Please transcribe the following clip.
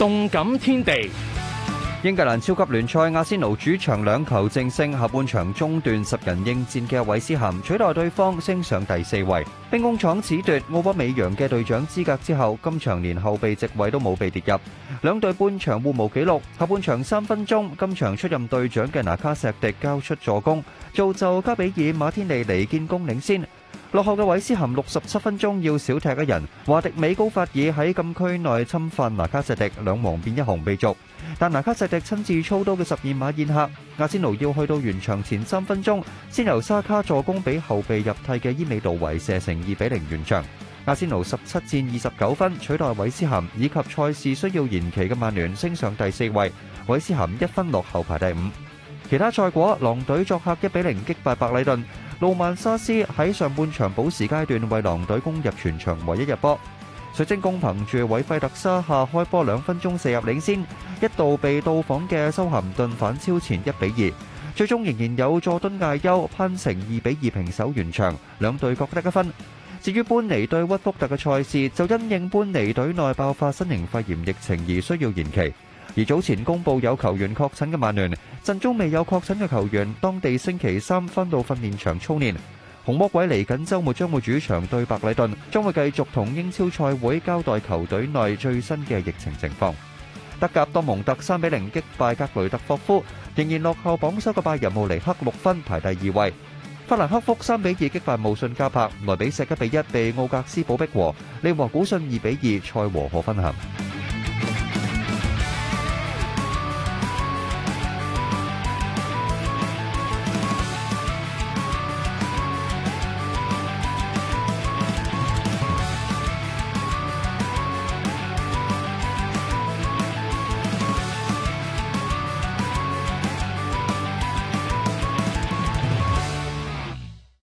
動感天地。 英格蘭超級聯賽，阿仙奴主場2球淨勝，下半場中段10人應戰嘅韋斯咸取代對方升上第4位。兵工廠褫奪奧巴美揚嘅隊長資格之後，今場連後備席位都冇被跌入。兩隊半場互無紀錄，下半場3分鐘，今場出任隊長嘅拿卡錫迪交出助攻，造就加比爾馬天尼尼建功領先。落後嘅韋斯咸67分鐘要少踢一人，華迪美高法爾喺禁區內侵犯拿卡錫迪，2黃變1紅被逐。但拿卡錫迪親自操刀嘅12碼宴客，阿仙奴要去到完場前3分鐘，先由沙卡助攻俾後備入替嘅伊美度維射成2-0完場。阿仙奴17戰29分，取代韋斯咸以及賽事需要延期嘅曼聯升上第4位，韋斯咸1分落後排第5。其他賽果，狼隊作客1-0擊敗白禮頓。路曼沙斯喺上半場補時階段為狼隊攻入全場唯一入波，水晶宮憑住韋費特沙下開波2分鐘射入領先，一度被到訪嘅修咸頓反超前1-2，最終仍然有佐敦艾優攀成2-2平手完場，兩隊各得1分。至於般尼對屈福特嘅賽事，就因應般尼隊內爆發新型肺炎疫情而需要延期。而早前公佈有球員確診嘅曼聯，陣中未有確診嘅球員，當地星期3返到訓練場操練。紅魔鬼嚟緊週末將會主場對白禮頓，將會繼續同英超賽會交代球隊內最新嘅疫情情況。德甲多蒙特3-0擊敗格雷特霍夫，仍然落後榜首嘅拜仁慕尼黑6分排第2位。法蘭克福3-2擊敗慕遜加柏，萊比錫1-1被奧格斯堡逼和，利華古遜2-2賽和可芬咸。